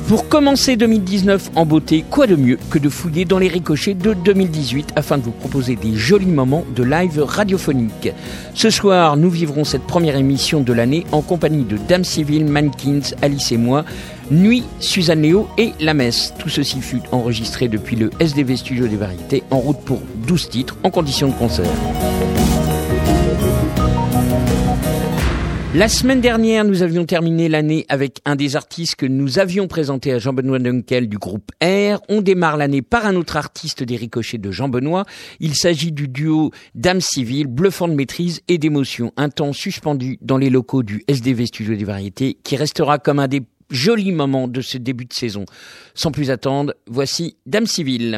Pour commencer 2019 en beauté, quoi de mieux que de fouiller dans les ricochets de 2018 afin de vous proposer des jolis moments de live radiophonique. Ce soir, nous vivrons cette première émission de l'année en compagnie de Dame Civile, Mankins, Alice et moi, Nuit, Suzanne Léo et La Messe. Tout ceci fut enregistré depuis le SDV Studio des Variétés, en route pour 12 titres en condition de concert. La semaine dernière, nous avions terminé l'année avec un des artistes que nous avions présenté à Jean-Benoît Dunkel du groupe R. On démarre l'année par un autre artiste des ricochets de Jean-Benoît. Il s'agit du duo Dame Civile, bluffant de maîtrise et d'émotion. Un temps suspendu dans les locaux du SDV Studio des Variétés qui restera comme un des jolis moments de ce début de saison. Sans plus attendre, voici Dame Civile.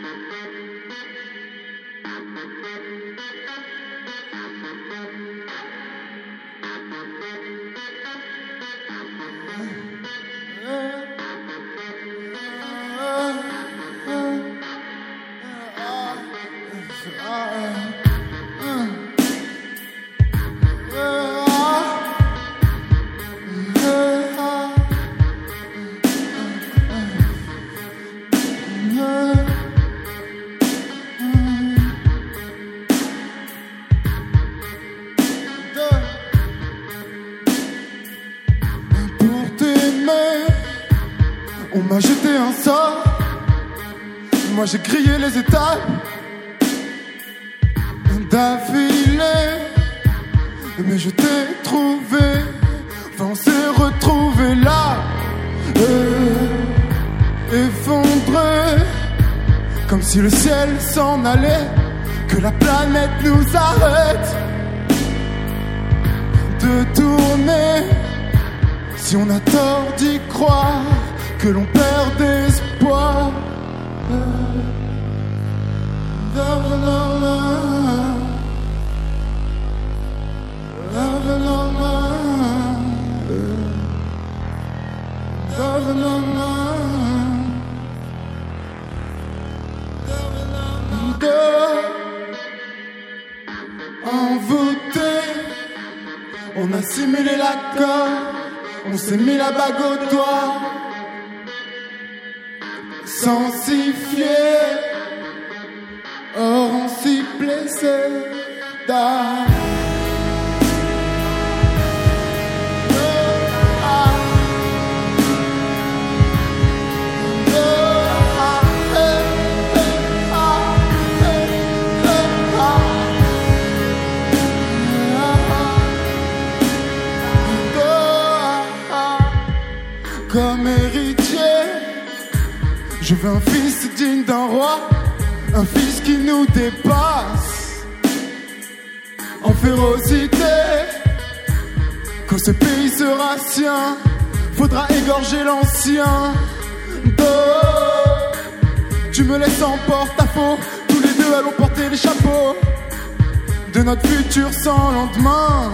Moi j'ai grillé les étapes d'affilée, mais je t'ai trouvé, enfin on s'est retrouvés là, effondrés, comme si le ciel s'en allait, que la planète nous arrête de tourner. Si on a tort d'y croire, que l'on perd d'espoir. Envoûté, on a simulé l'accord, on s'est mis la bague au doigt, sans s'y fier. Or on s'y plaisait d'ailleurs. Comme héritier, je veux un fils digne d'un roi, un fils qui nous dépasse en férocité. Quand ce pays sera sien, faudra égorger l'ancien. Tu me laisses en porte-à-faux, tous les deux allons porter les chapeaux de notre futur sans lendemain.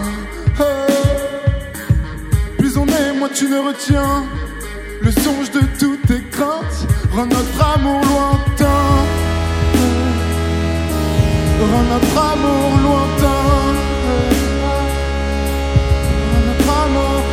Plus on est, moins tu ne retiens le songe de toutes tes craintes. Rends notre amour lointain, rends notre amour lointain, rends notre amour.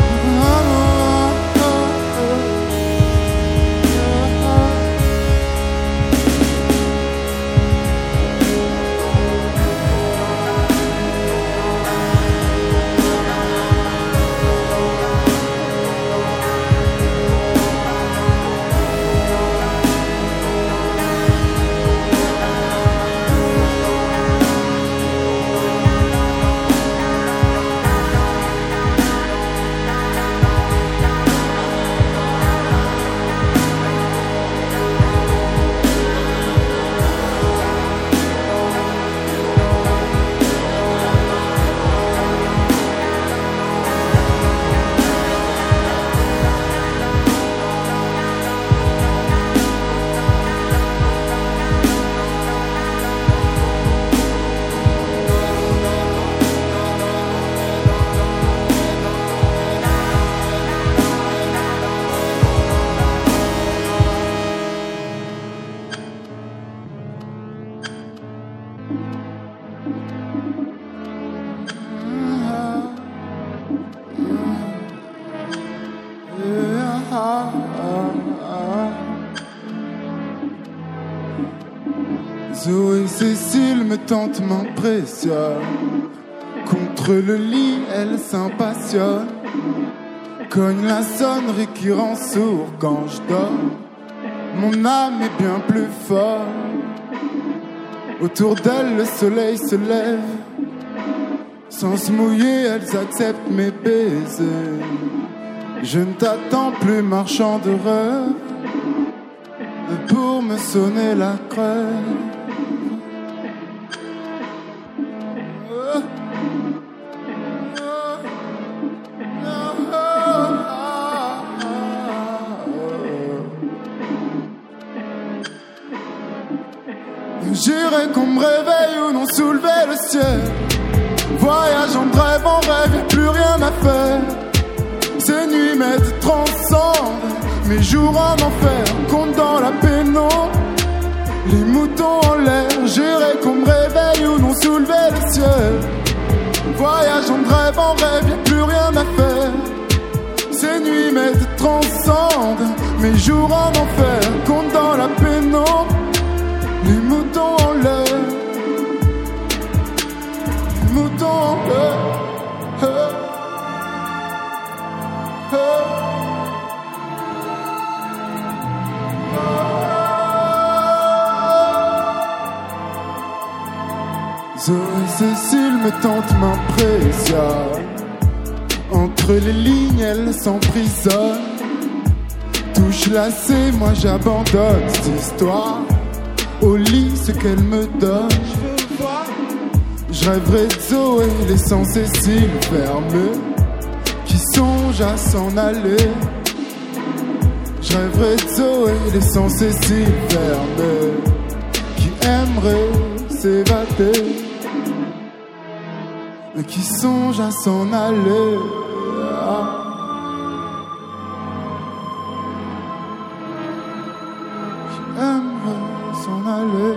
Zoé Cécile me tente, m'impressionne. Contre le lit, elle s'impassionne. Cogne la sonnerie qui rend sourd quand je dors. Mon âme est bien plus forte. Autour d'elle, le soleil se lève. Sans se mouiller, elles acceptent mes baisers. Je ne t'attends plus, marchand de rêve, pour me sonner la crève. J'irai qu'on me réveille ou non soulever le ciel. Voyage en rêve, y'a plus rien à faire. Ces nuits m'aident, transcendent mes jours en enfer. Compte dans la pénombre, les moutons en l'air. J'irai qu'on me réveille ou non soulever le ciel. Voyage en rêve, y'a plus rien à faire. Ces nuits m'aident, transcendent mes jours en enfer. Compte dans la pénombre, les moutons en l'air. Les moutons en l'air. Zoé Cécile me tente, m'impressionne. Entre les lignes, elle s'emprisonne. Touche lacée, moi j'abandonne cette histoire. Au lit, ce qu'elle me donne, je rêverais de Zoé, laissant Cécile fermée, qui songe à s'en aller. Je rêverais de Zoé, laissant Cécile fermée, qui aimerait s'évader, mais qui songe à s'en aller. Qui aimerait s'en aller.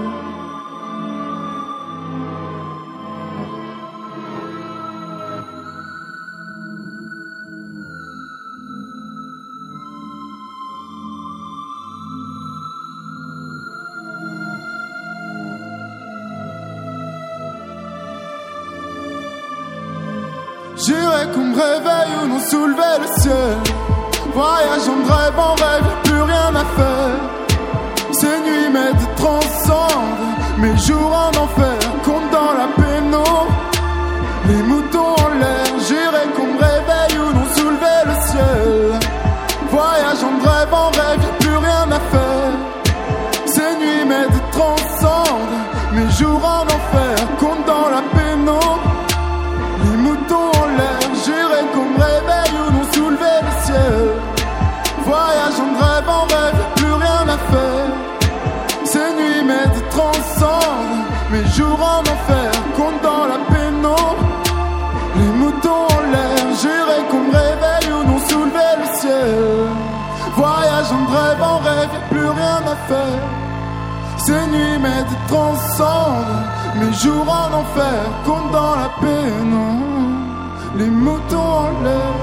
J'irai qu'on me réveille ou non soulever le ciel. Voyage en rêve, y'a plus rien à faire. Ces nuits m'aident, transcendent mes jours en enfer. Compte dans la pénombre, les moutons en l'air. J'irai qu'on me réveille ou non soulever le ciel. Voyage en rêve, y'a plus rien à faire. Ces nuits m'aident, transcendent mes jours en enfer. Compte dans la pénombre, les moutons en l'air. J'irai qu'on me réveille ou non soulever le ciel. Voyage en rêve, y'a plus rien à faire. Ces nuits m'aident, transcendent mes jours en enfer. Compte dans la pénombre, les moutons en l'air. J'irai qu'on me réveille ou non soulever le ciel. Voyage en rêve, y'a plus rien à faire. Ces nuits m'aident, transcendent mes jours en enfer. Compte dans la pénombre, les moutons en l'air.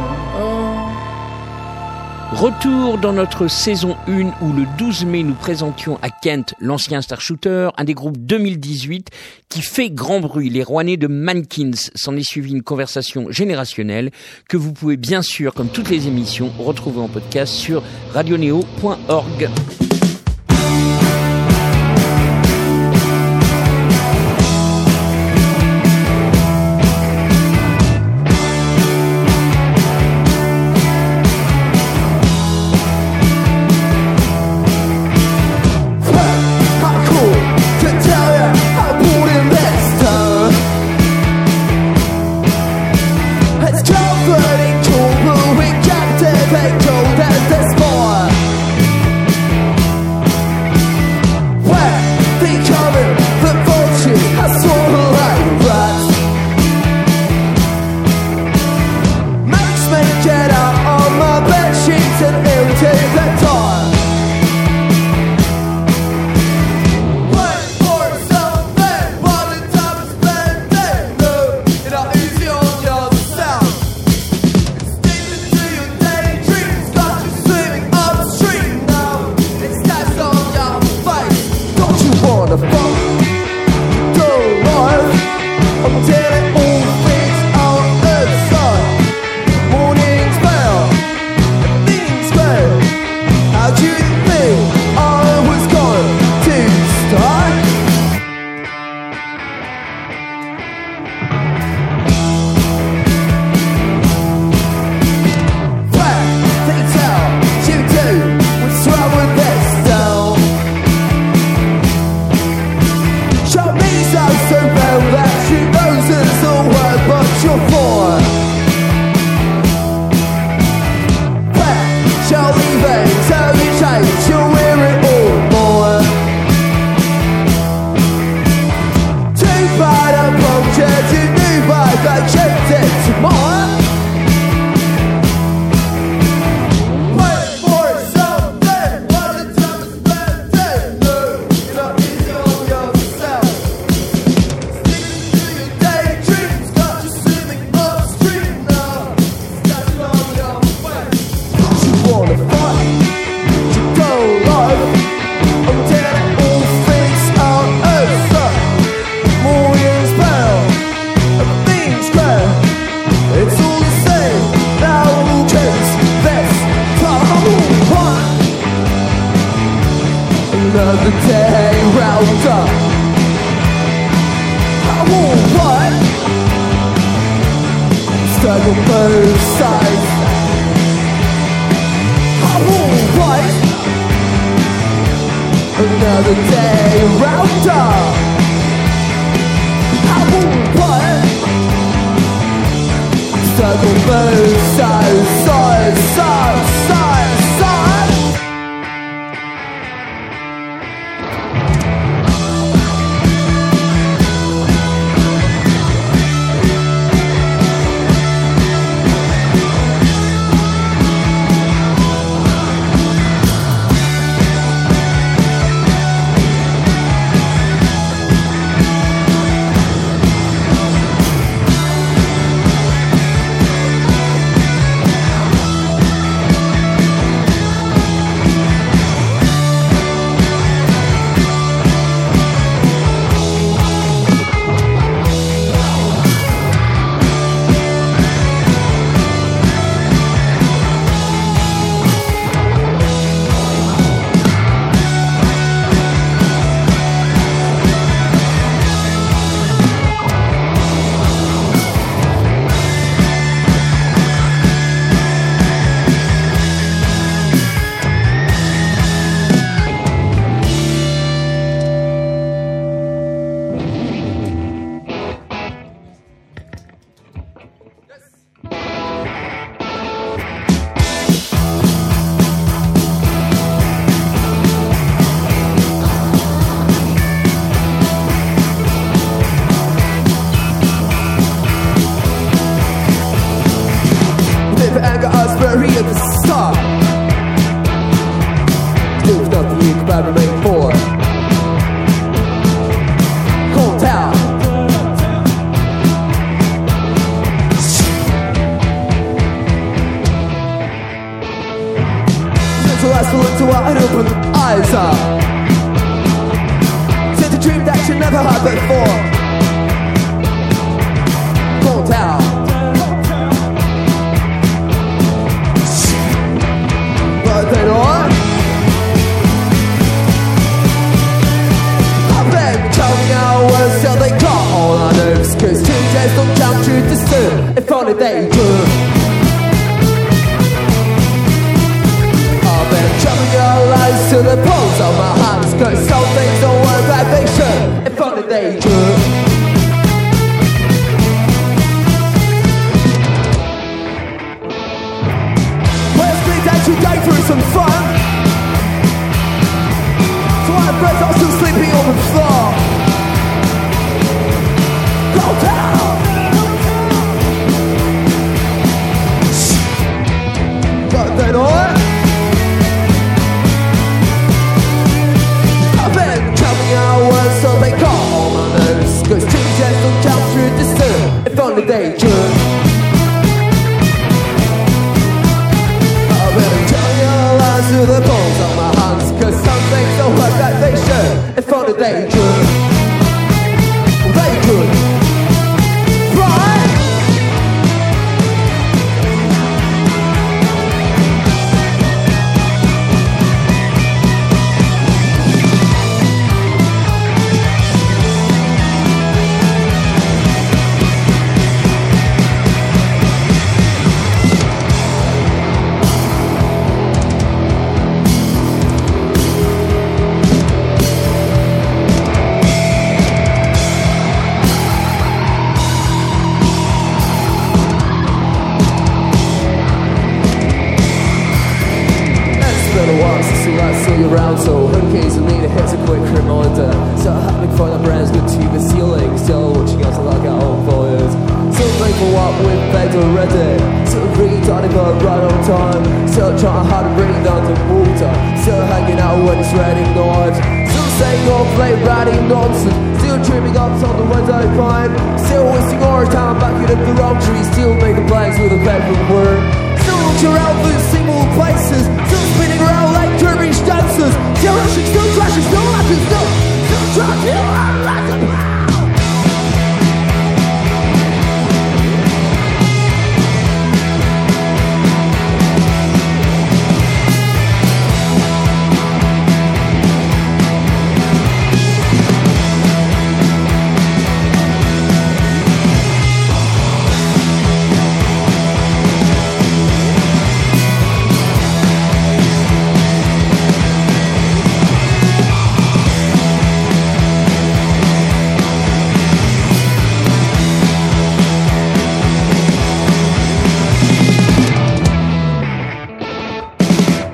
Retour dans notre saison 1 où le 12 mai nous présentions à Kent l'ancien Star Shooter, un des groupes 2018 qui fait grand bruit, les Rouennais de Mankins. S'en est suivi une conversation générationnelle que vous pouvez bien sûr, comme toutes les émissions, retrouver en podcast sur radioneo.org. Dreams Another day round up. Oh, what? Stuck on both sides. Oh, what? Another day round up. Oh, what? Stuck on both sides, sides, sides, sides, sides.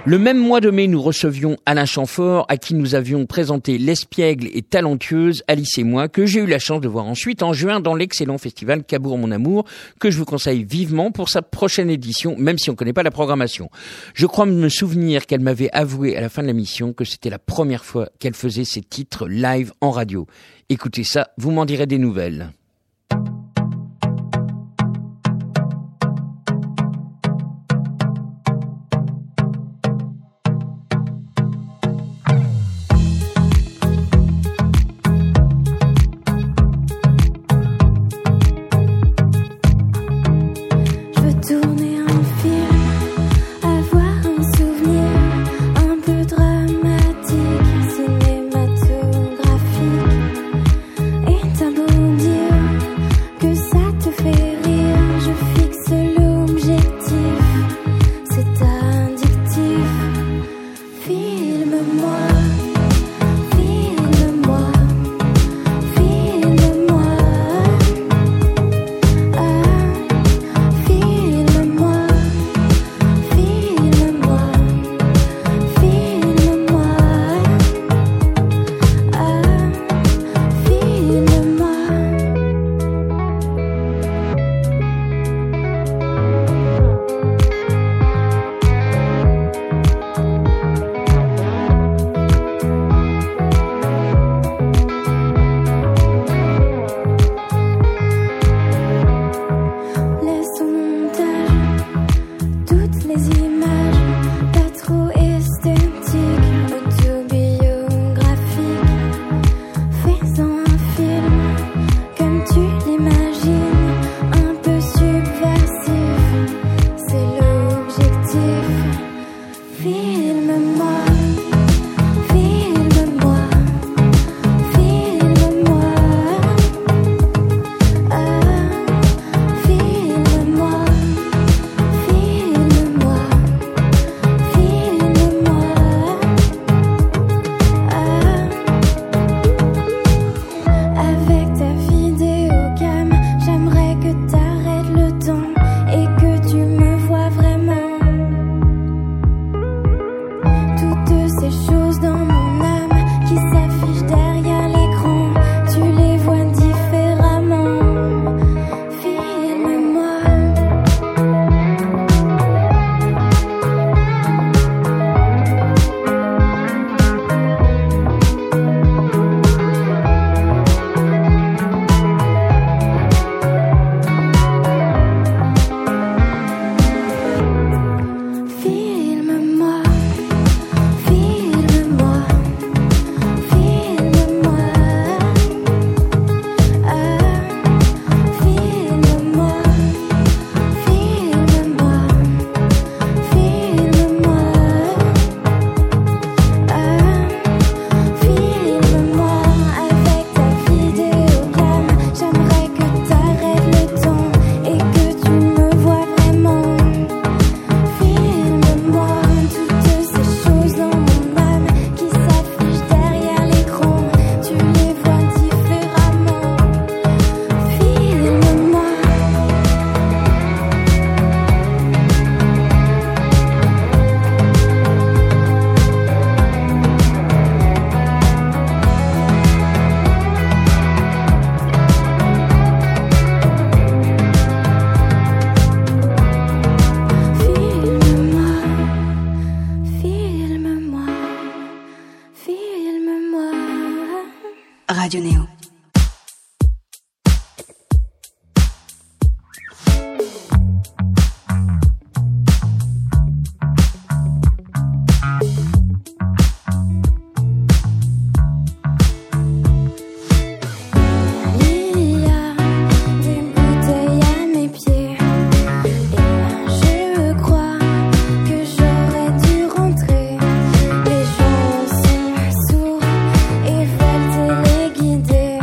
Le même mois de mai, nous recevions Alain Chamfort, à qui nous avions présenté l'espiègle et talentueuse Alice et moi, que j'ai eu la chance de voir ensuite en juin dans l'excellent festival Cabourg Mon Amour, que je vous conseille vivement pour sa prochaine édition, même si on ne connaît pas la programmation. Je crois me souvenir qu'elle m'avait avoué à la fin de la mission que c'était la première fois qu'elle faisait ses titres live en radio. Écoutez ça, vous m'en direz des nouvelles. Radio Néo. Guider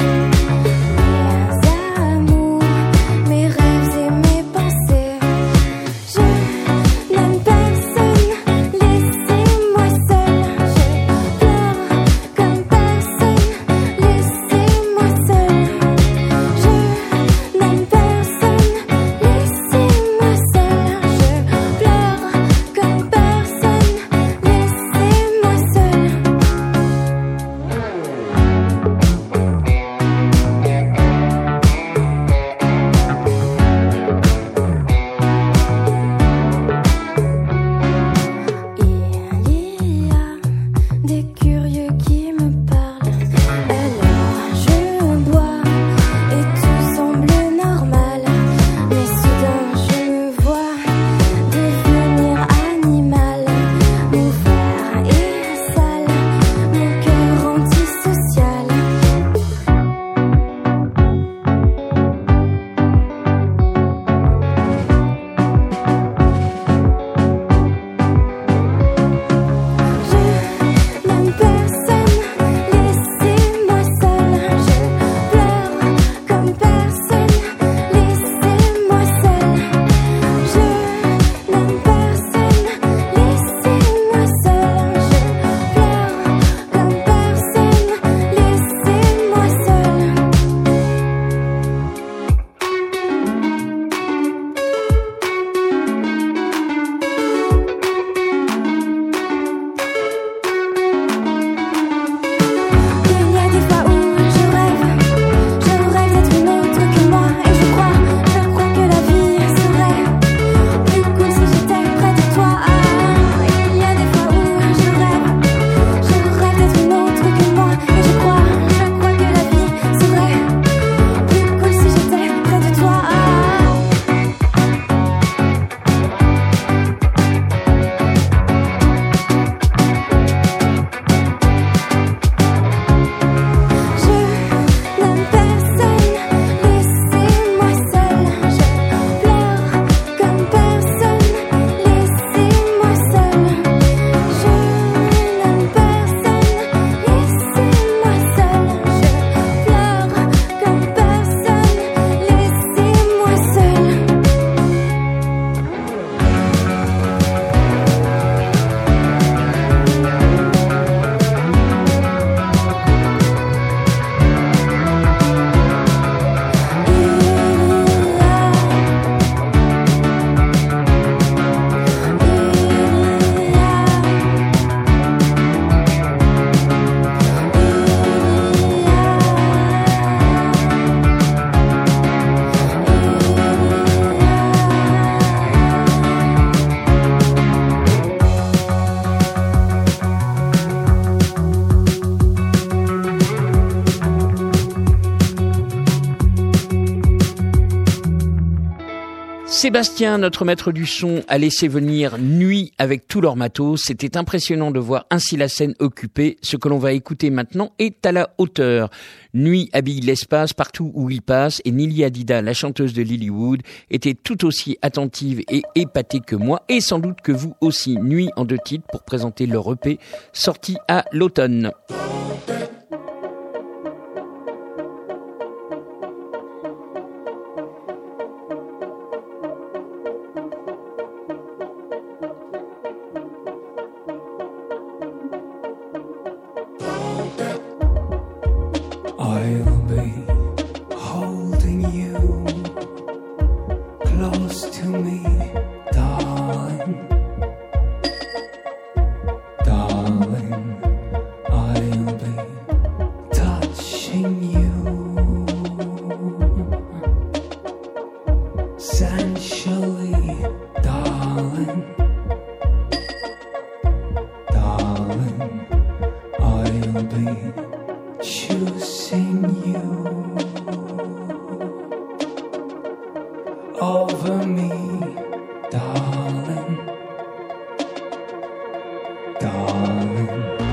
Sébastien, notre maître du son, a laissé venir Nuit avec tout leur matos. C'était impressionnant de voir ainsi la scène occupée. Ce que l'on va écouter maintenant est à la hauteur. Nuit habille l'espace partout où il passe et Nili Hadida, la chanteuse de Lilywood, était tout aussi attentive et épatée que moi et sans doute que vous aussi. Nuit en 2 titres pour présenter leur EP sorti à l'automne. I'll be holding you close to me, darling. Darling, I'll be touching you sensually, darling. Darling, I'll be choosing you over me, darling, darling.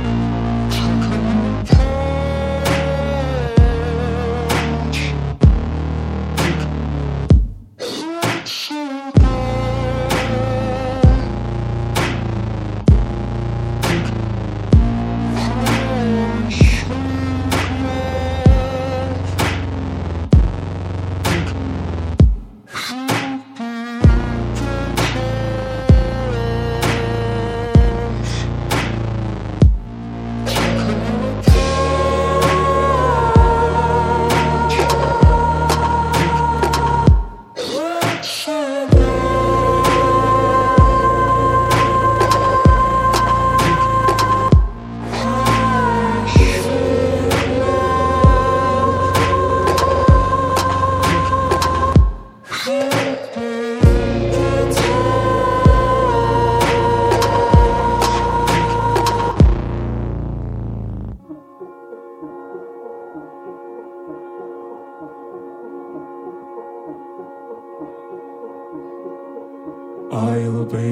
I'll be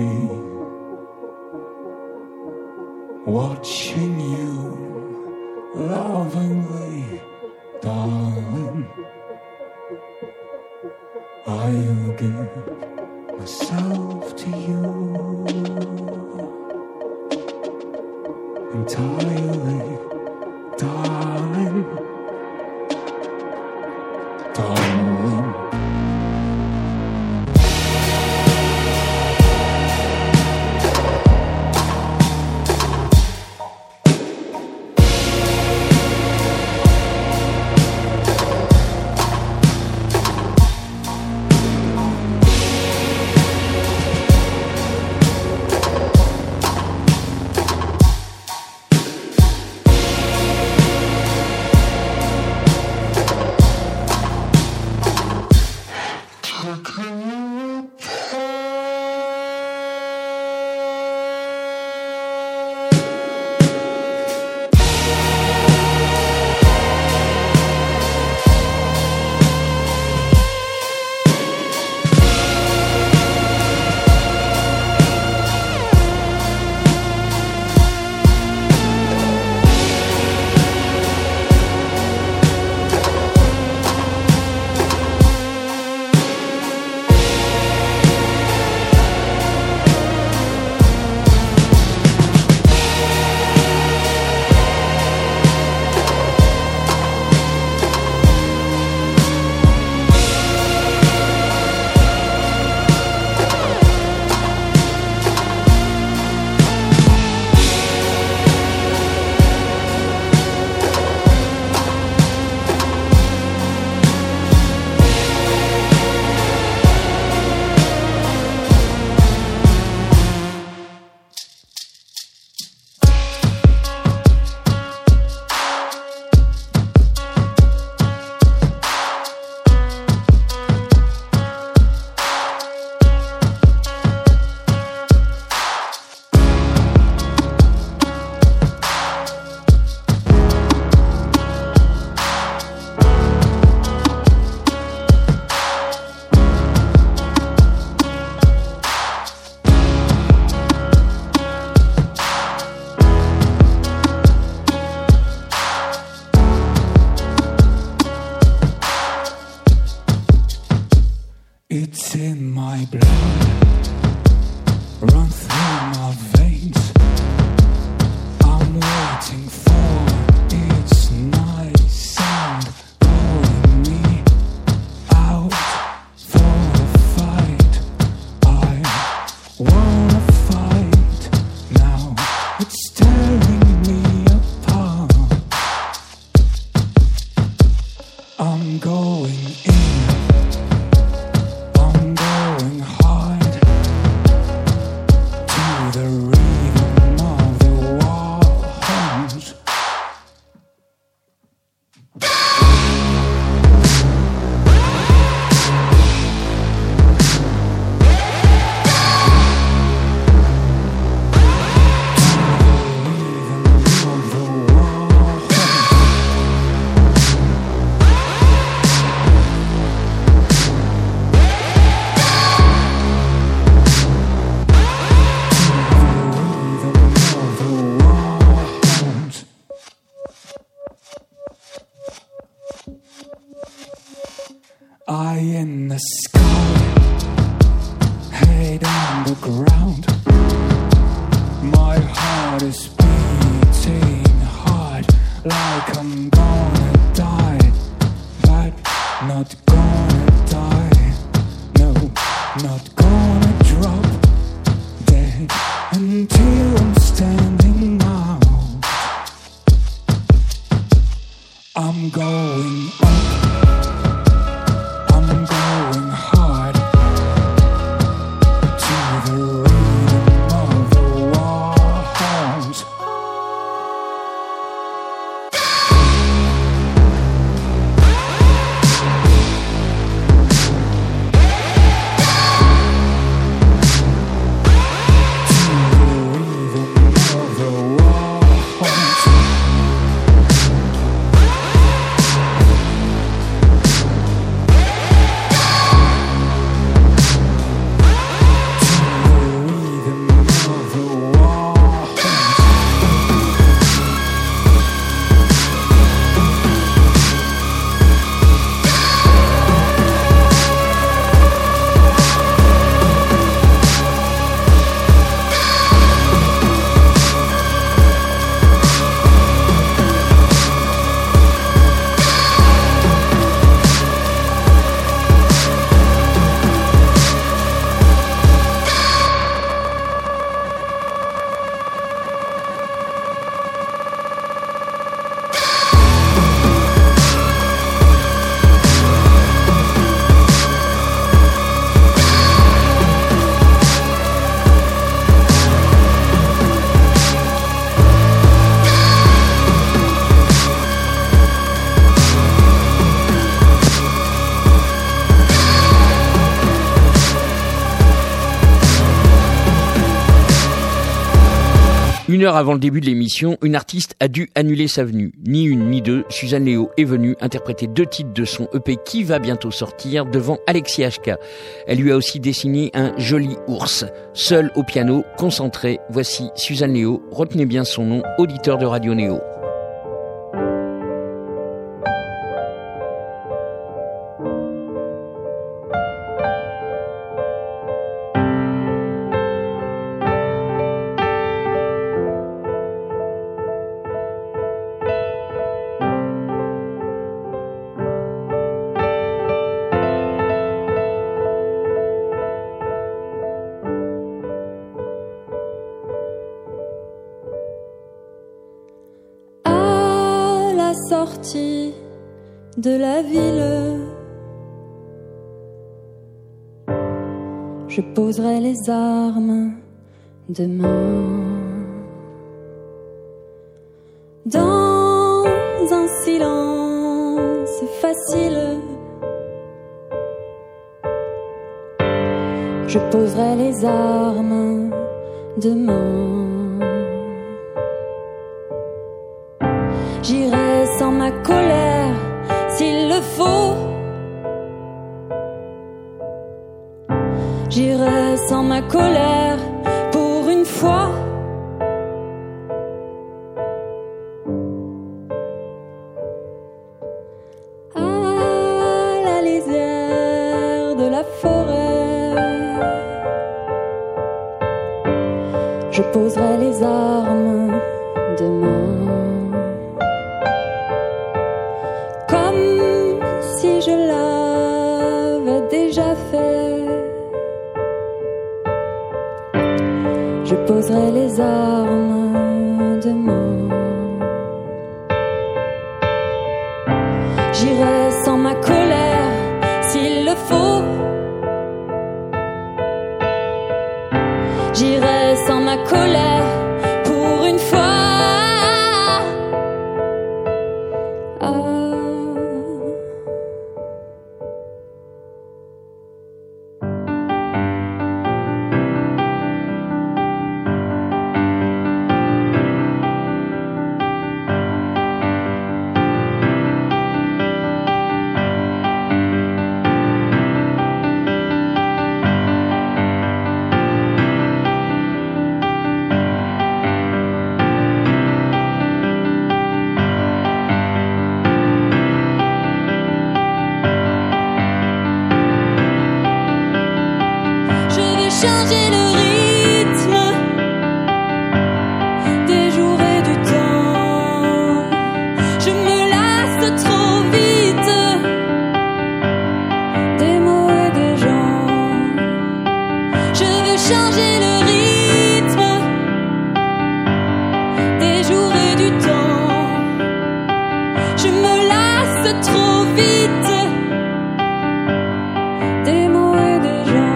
watching you lovingly, darling. I'll give myself to you entirely, darling, darling. the rhythm of the walls. Eye in the sky, head on the ground. My heart is beating hard, like I'm gonna die, but not gonna die. No, not gonna drop dead until I'm standing out. I'm going up. Une heure avant le début de l'émission, une artiste a dû annuler sa venue. Ni une ni deux, Suzanne Léo est venue interpréter 2 titres de son EP qui va bientôt sortir devant Alexis HK. Elle lui a aussi dessiné un joli ours. Seule au piano, concentrée, voici Suzanne Léo, retenez bien son nom, auditeur de Radio Néo. Sortie de la ville, je poserai les armes demain dans un silence facile. Je poserai les armes demain. J'irai sans ma colère, s'il le faut. J'irai sans ma colère, pour une fois. À la lisière de la forêt, je poserai les armes demain. Je l'avais déjà fait. Je poserai les armes demain. J'irai sans ma colère, s'il le faut. J'irai sans ma colère pour une fois. Changer le rythme des jours et du temps. Je me lasse trop vite des mots et des gens. Je veux changer le rythme des jours et du temps. Je me lasse trop vite des mots et des gens.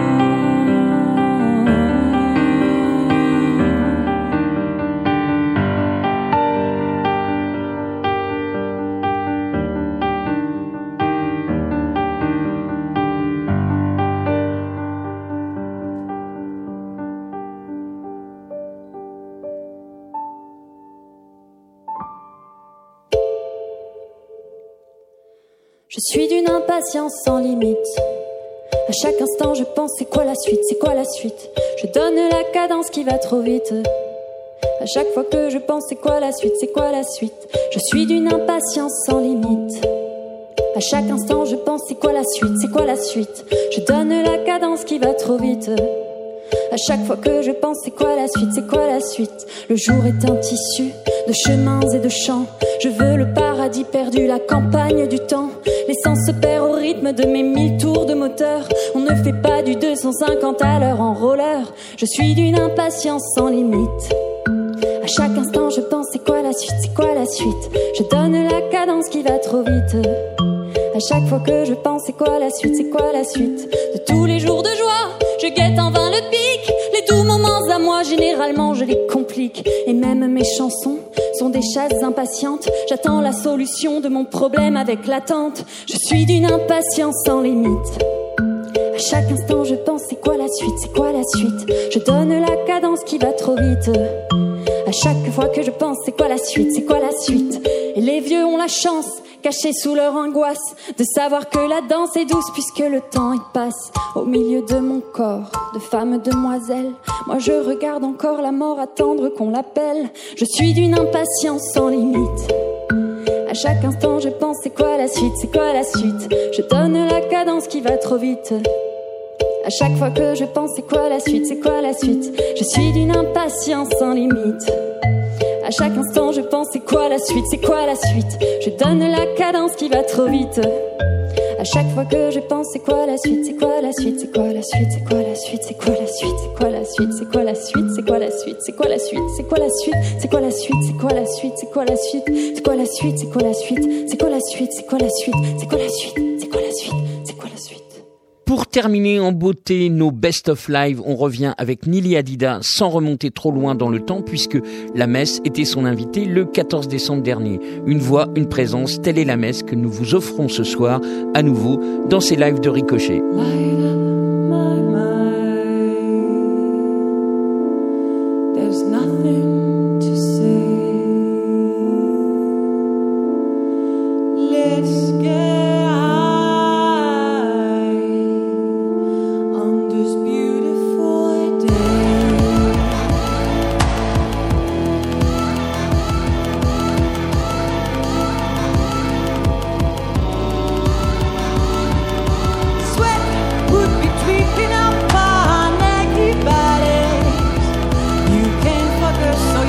Je suis d'une impatience sans limite. À chaque instant je pense c'est quoi la suite, c'est quoi la suite. Je donne la cadence qui va trop vite. À chaque fois que je pense c'est quoi la suite, c'est quoi la suite. Je suis d'une impatience sans limite. À chaque instant je pense c'est quoi la suite, c'est quoi la suite. Je donne la cadence qui va trop vite. À chaque fois que je pense c'est quoi la suite, c'est quoi la suite. Le jour est un tissu de chemins et de champs. Je veux le paradis perdu, la campagne du temps. L'essence se perd au rythme de mes 1000 tours de moteur. On ne fait pas du 250 à l'heure en roller. Je suis d'une impatience sans limite. À chaque instant je pense c'est quoi la suite, c'est quoi la suite. Je donne la cadence qui va trop vite. À chaque fois que je pense c'est quoi la suite, c'est quoi la suite. De tous les jours de joie, je guette en vain le pic. Les doux moments à moi, généralement je les complique. Et même mes chansons sont des chasses impatientes. J'attends la solution de mon problème avec l'attente. Je suis d'une impatience sans limite. À chaque instant je pense c'est quoi la suite, c'est quoi la suite. Je donne la cadence qui va trop vite. À chaque fois que je pense c'est quoi la suite, c'est quoi la suite. Et les vieux ont la chance, cachés sous leur angoisse, de savoir que la danse est douce puisque le temps y passe. Au milieu de mon corps, de femme demoiselle, moi je regarde encore la mort attendre qu'on l'appelle. Je suis d'une impatience sans limite. À chaque instant je pense c'est quoi la suite, c'est quoi la suite. Je donne la cadence qui va trop vite. À chaque fois que je pense c'est quoi la suite, c'est quoi la suite. Je suis d'une impatience sans limite. À chaque instant je pense c'est quoi la suite, c'est quoi la suite. Je donne la cadence qui va trop vite. À chaque fois que je pense c'est quoi la suite, c'est quoi la suite, c'est quoi la suite, c'est quoi la suite, c'est quoi la suite, c'est quoi la suite, c'est quoi la suite, c'est quoi la suite, c'est quoi la suite, c'est quoi la suite, c'est quoi la suite, c'est quoi la suite, c'est quoi la suite, c'est quoi la suite, c'est quoi la suite, c'est quoi la suite, c'est quoi la suite, c'est quoi la suite, c'est quoi la suite, c'est quoi la suite. Pour terminer en beauté nos Best of Live, on revient avec Nili Hadida sans remonter trop loin dans le temps puisque la Messe était son invitée le 14 décembre dernier. Une voix, une présence, telle est la Messe que nous vous offrons ce soir à nouveau dans ces lives de Ricochet. There's nothing to say. Let's get your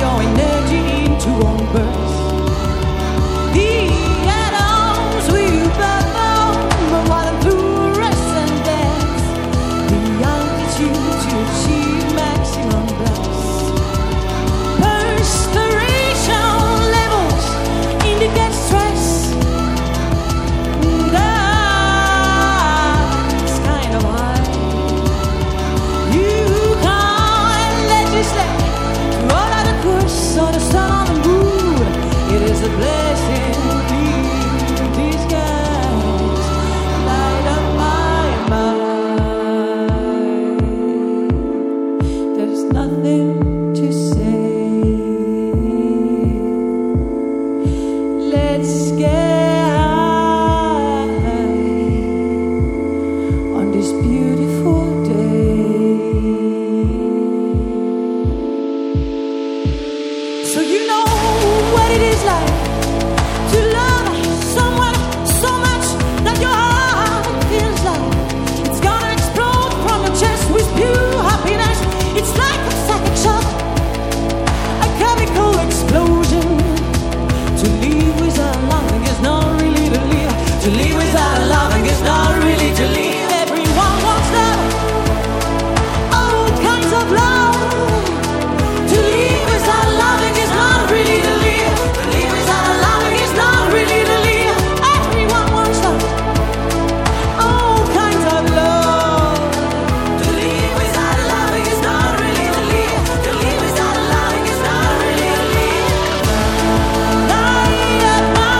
like to love someone so much that your heart feels like it's gonna explode from your chest with pure happiness. It's like a psychic shock, a chemical explosion. To live without loving is not really to live. To live without loving is not really to live. Everyone wants love, all kinds of love. To live without loving is not really to live. To live without loving is not really to live. Everyone wants love, all kinds of love. To live without loving is not really to live. To live without loving is not really to live. Light up my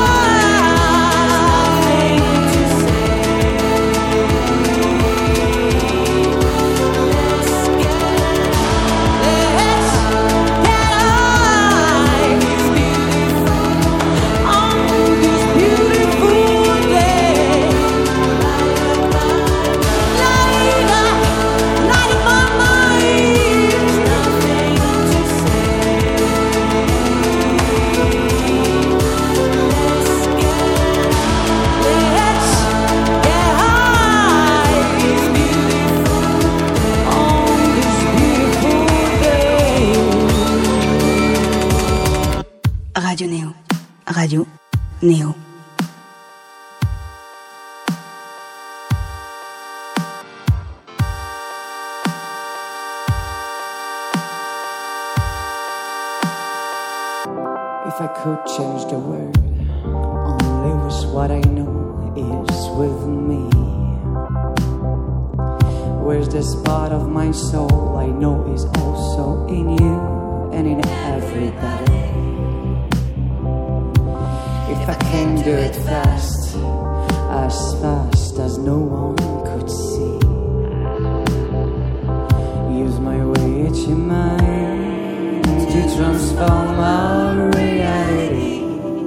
mind to say, let's get high on this beautiful day. Light up my mind. Nothing to say. Let's get high on this beautiful day. Radio Néo. Radio Néo. If I could change the world, only with what I know is with me. Where's this part of my soul I know is also in you and in everybody. If I can do it fast as no one could see. Use my witchy mind to transform our reality.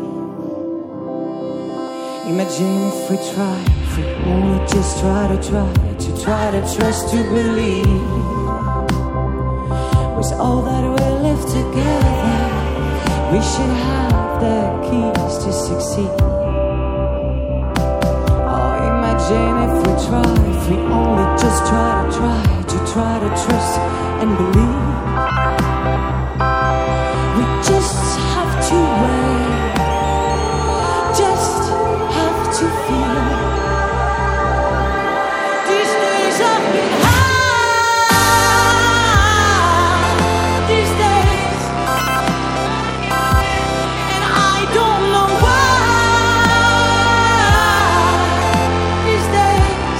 Imagine if we only just try to trust, to believe. With all that we live together, we should have the keys to succeed. Oh, imagine if we only just try to trust and believe. We just have to wait, just have to feel. These days I've been high, these days, and I don't know why. These days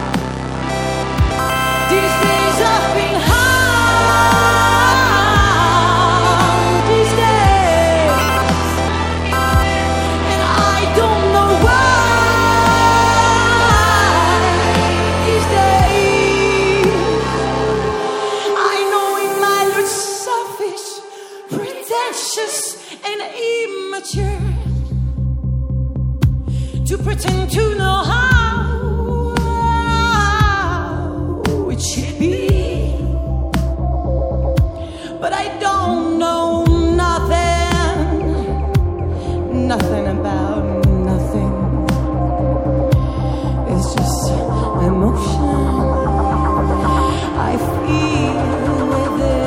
I've been high, these days, and I don't know why. These days I know it might look selfish, pretentious, and immature to pretend to know how it should be, but I don't know nothing about nothing. It's just emotion I feel with it.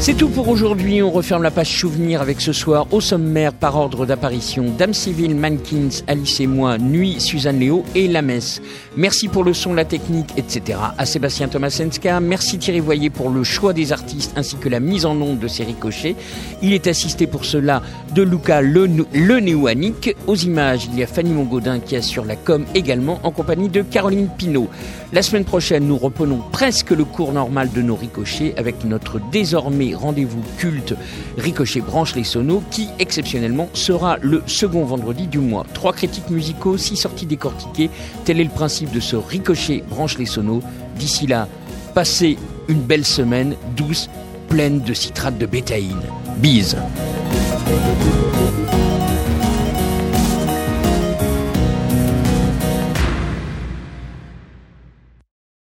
C'est tout pour aujourd'hui. On referme la page souvenir avec ce soir au sommaire par ordre d'apparition Dame Civile, Mankins, Alice et moi, Nuit, Suzanne Léo et La Messe. Merci pour le son, la technique, etc. à Sébastien Tomasenska. Merci Thierry Voyer pour le choix des artistes ainsi que la mise en onde de ces ricochets. Il est assisté pour cela de Luca Le Néouanique. Aux images, il y a Fanny Mongaudin qui assure la com également en compagnie de Caroline Pinault. La semaine prochaine, nous reprenons presque le cours normal de nos ricochets avec notre désormais rendez-vous culte Ricochet branche les sonos qui, exceptionnellement, sera le second vendredi du mois. 3 critiques musicaux, 6 sorties décortiquées. Tel est le principe de ce Ricochet branche les sonos. D'ici là, passez une belle semaine douce, pleine de citrate de bétaïne. Bise.